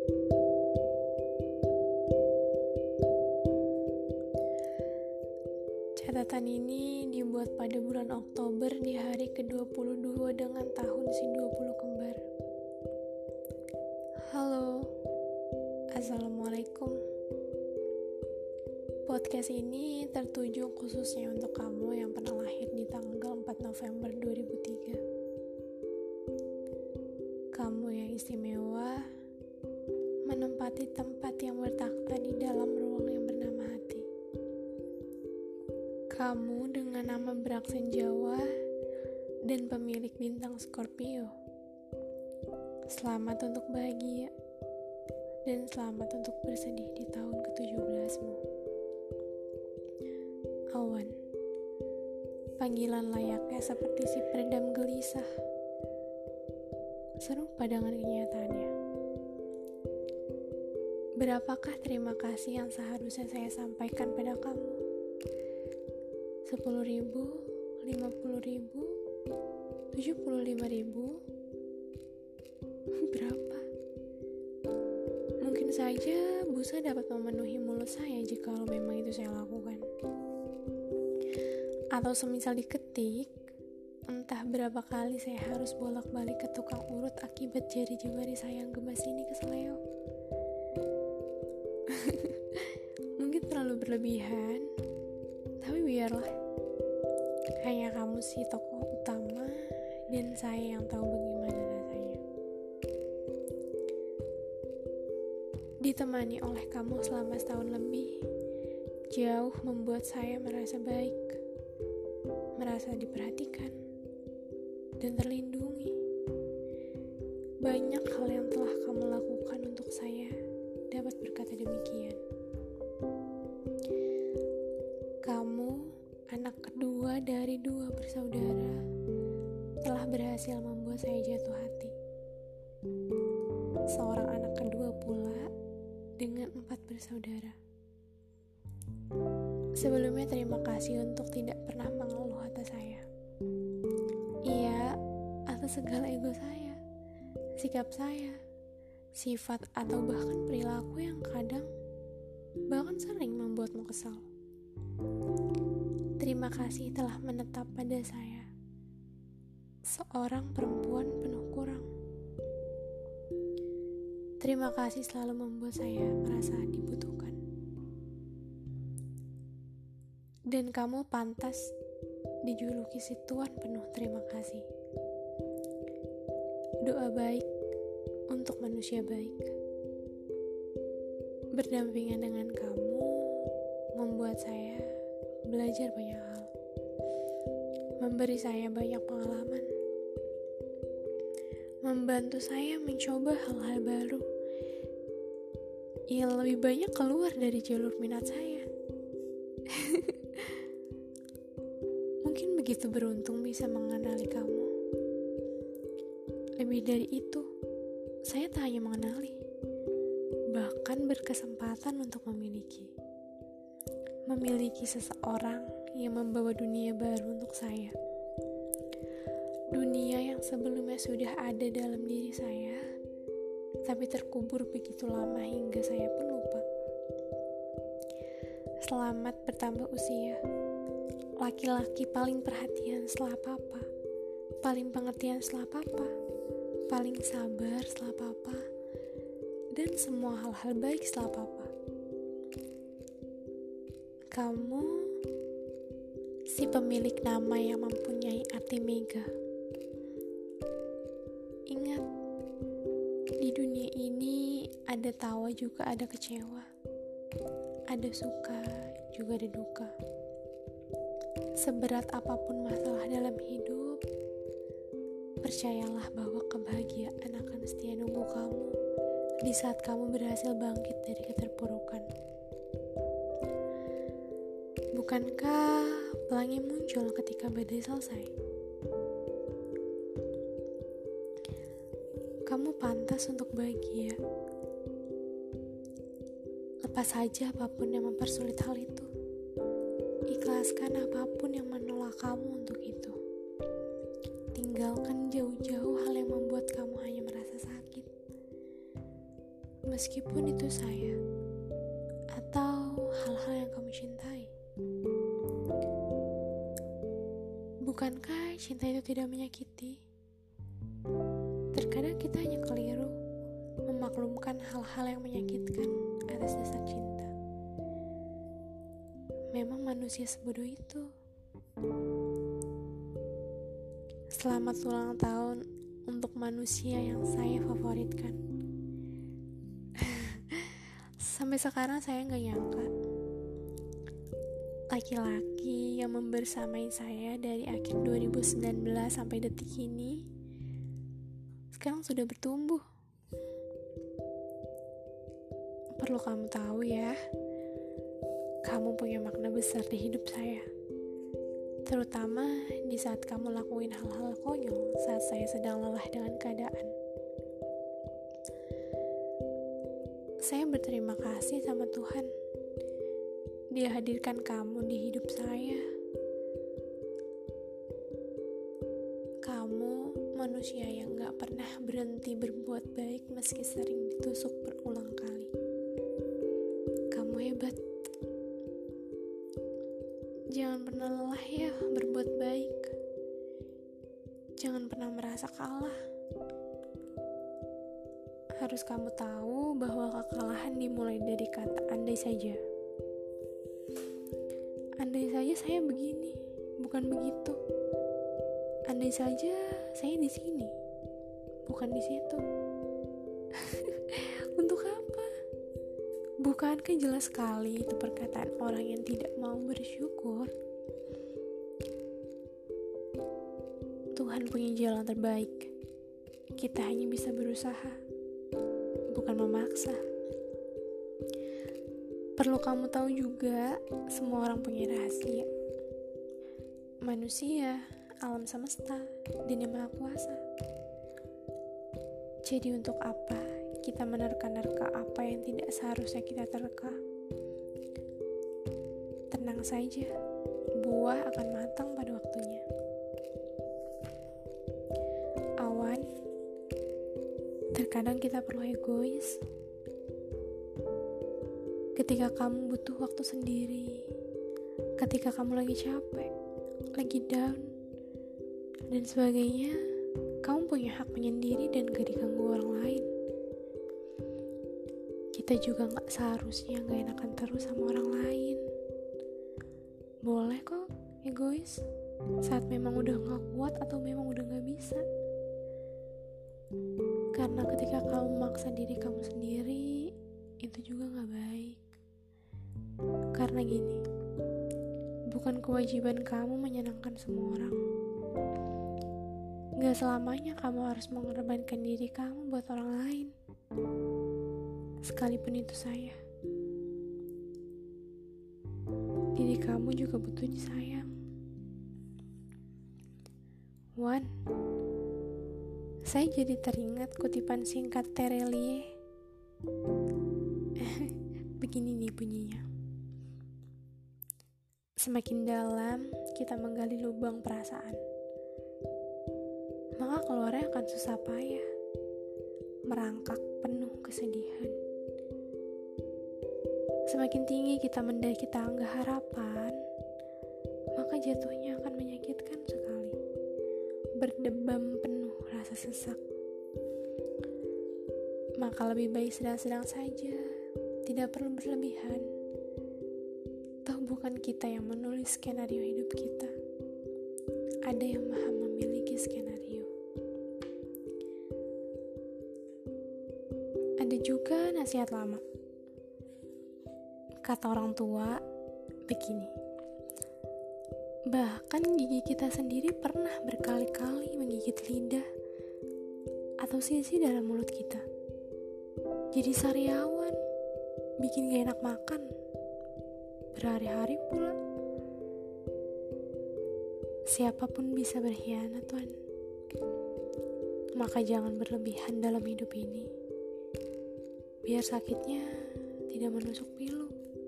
Catatan ini dibuat pada bulan Oktober di hari ke-22 dengan tahun si 20 kembar. Halo, Assalamualaikum. Podcast ini tertuju khususnya untuk kamu yang pernah lahir di tanggal 4 November 2003. Kamu yang istimewa, menempati tempat yang bertakhta di dalam ruang yang bernama hati. Kamu dengan nama beraksen Jawa dan pemilik bintang Scorpio. Selamat untuk bahagia dan selamat untuk bersedih di tahun ke-17mu. Awan, panggilan layaknya seperti si peredam gelisah, serupa dengan kenyataannya. Berapakah terima kasih yang seharusnya saya sampaikan pada kamu? 10.000, 50.000, 75.000? Berapa? Mungkin saja busa dapat memenuhi mulut saya jika memang itu saya lakukan. Atau semisal diketik, entah berapa kali saya harus bolak-balik ke tukang urut akibat jari-jemari saya yang gemas ini keseleo. Mungkin terlalu berlebihan, tapi biarlah. Hanya kamu sih tokoh utama dan saya yang tahu bagaimana rasanya. Ditemani oleh kamu selama setahun lebih, jauh membuat saya merasa baik, merasa diperhatikan, dan terlindungi. Banyak hal yang telah kamu lakukan untuk saya dapat berkata demikian. Kamu, anak kedua dari 2 bersaudara, telah berhasil membuat saya jatuh hati. Seorang anak kedua pula dengan 4 bersaudara. Sebelumnya terima kasih untuk tidak pernah mengeluh atas saya. Iya, atas segala ego saya, sikap saya, sifat atau bahkan perilaku yang kadang bahkan sering membuatmu kesal. Terima kasih telah menetap pada saya, seorang perempuan penuh kurang. Terima kasih selalu membuat saya merasa dibutuhkan. Dan kamu pantas dijuluki si Tuan penuh terima kasih. Doa baik untuk manusia baik. Berdampingan dengan kamu membuat saya belajar banyak hal, memberi saya banyak pengalaman, membantu saya mencoba hal-hal baru yang lebih banyak keluar dari jalur minat saya. Mungkin begitu beruntung bisa mengenali kamu. Lebih dari itu, saya tak hanya mengenali, bahkan berkesempatan untuk memiliki seseorang yang membawa dunia baru untuk saya. Dunia yang sebelumnya sudah ada dalam diri saya, tapi terkubur begitu lama hingga saya pun lupa. Selamat bertambah usia. Laki-laki paling perhatian setelah papa, paling pengertian setelah papa, paling sabar setelah papa, dan semua hal-hal baik setelah papa. Kamu si pemilik nama yang mempunyai arti mega. Ingat, di dunia ini ada tawa juga ada kecewa, ada suka juga ada duka. Seberat apapun masalah dalam hidup, percayalah bahwa kebahagiaan akan setia nunggu kamu di saat kamu berhasil bangkit dari keterpurukan. Bukankah pelangi muncul ketika badai selesai? Kamu pantas untuk bahagia. Lepas saja apapun yang mempersulit hal itu. Ikhlaskan apapun yang menolak kamu untuk itu. Tinggalkan jauh-jauh hal yang membuat kamu hanya merasa sakit. meskipun itu saya atau hal-hal yang kamu cintai. Bukankah cinta itu tidak menyakiti? Terkadang kita hanya keliru memaklumkan hal-hal yang menyakitkan atas dasar cinta. Memang manusia sebodoh itu. Selamat ulang tahun untuk manusia yang saya favoritkan. Sampai sekarang saya gak nyangka laki-laki yang membersamai saya dari akhir 2019 sampai detik ini sekarang sudah bertumbuh. Perlu kamu tahu ya, kamu punya makna besar di hidup saya, terutama di saat kamu lakuin hal-hal konyol saat saya sedang lelah dengan keadaan. Saya berterima kasih sama Tuhan, Dia hadirkan kamu di hidup saya. Kamu manusia yang gak pernah berhenti berbuat baik meski sering ditusuk berulang kali. Kamu hebat. Jangan pernah lelah ya berbuat baik. Jangan pernah merasa kalah. Harus kamu tahu bahwa kekalahan dimulai dari kata andai saja. Andai saja saya begini, bukan begitu. Andai saja saya di sini, bukan di situ. Untuk apa? Bukankah jelas sekali itu perkataan orang yang tidak mau bersyukur? Tuhan punya jalan terbaik. Kita hanya bisa berusaha, bukan memaksa. Perlu kamu tahu juga, semua orang punya rahasia. Manusia, alam semesta, dan Yang Maha Kuasa. Jadi untuk apa kita menerka-nerka apa yang tidak seharusnya kita terka? Tenang saja, buah akan matang pada waktunya. Awan, terkadang kita perlu egois. Ketika kamu butuh waktu sendiri, ketika kamu lagi capek, lagi down, dan sebagainya, kamu punya hak menyendiri dan gak diganggu orang lain. Kita juga gak seharusnya gak enakan terus sama orang lain. Boleh kok egois saat memang udah gak kuat atau memang udah gak bisa. Karena ketika kamu memaksa diri kamu sendiri, itu juga gak baik. Karena gini, bukan kewajiban kamu menyenangkan semua orang. Gak selamanya kamu harus mengorbankan diri kamu buat orang lain, sekalipun itu saya. Diri kamu juga butuh disayang. Wan, saya jadi teringat kutipan singkat Terelie. Begini nih bunyinya. Semakin dalam kita menggali lubang perasaan, maka keluarnya akan susah payah, merangkak penuh kesedihan. Semakin tinggi kita mendaki tangga harapan, maka jatuhnya akan menyakitkan sekali, berdebam penuh rasa sesak. Maka lebih baik sedang-sedang saja, tidak perlu berlebihan. Toh bukan kita yang menulis skenario hidup kita, ada yang maha memiliki skenario. Ada juga nasihat lama. Kata orang tua begini, bahkan gigi kita sendiri pernah berkali-kali menggigit lidah atau sisi dalam mulut kita. Jadi sariawan, bikin gak enak makan, berhari-hari pula. Siapapun bisa berkhianat, Tuan. Maka jangan berlebihan dalam hidup ini, biar sakitnya tidak menusuk pilu.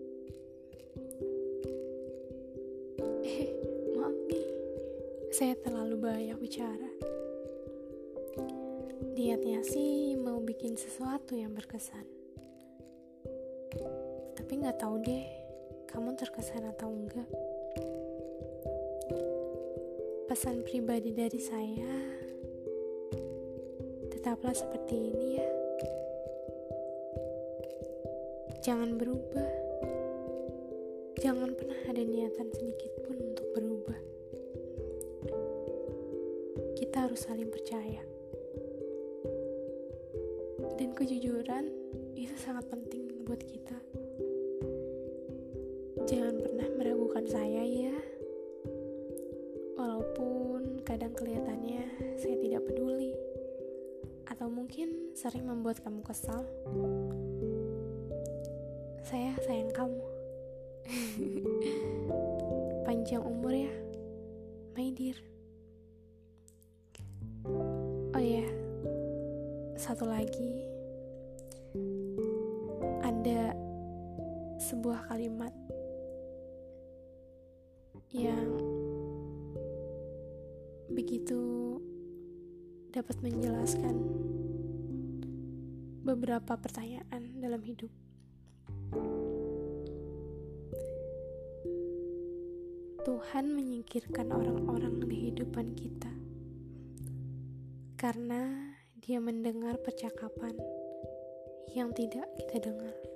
Maaf nih, saya terlalu banyak bicara. Niatnya sih mau bikin sesuatu yang berkesan. Tapi gak tahu deh, kamu terkesan atau enggak. Pesan pribadi dari saya, tetaplah seperti ini ya. Jangan berubah. Jangan pernah ada niatan sedikit pun untuk berubah. Kita harus saling percaya. Dan kejujuran itu sangat penting buat kita. Jangan pernah meragukan saya ya. Walaupun kadang kelihatannya saya tidak peduli. Atau mungkin sering membuat kamu kesal. Saya sayang kamu. Panjang umur ya, my dear. Oh ya, satu lagi. Ada sebuah kalimat yang begitu dapat menjelaskan beberapa pertanyaan dalam hidup. Tuhan menyingkirkan orang-orang di kehidupan kita karena Dia mendengar percakapan yang tidak kita dengar.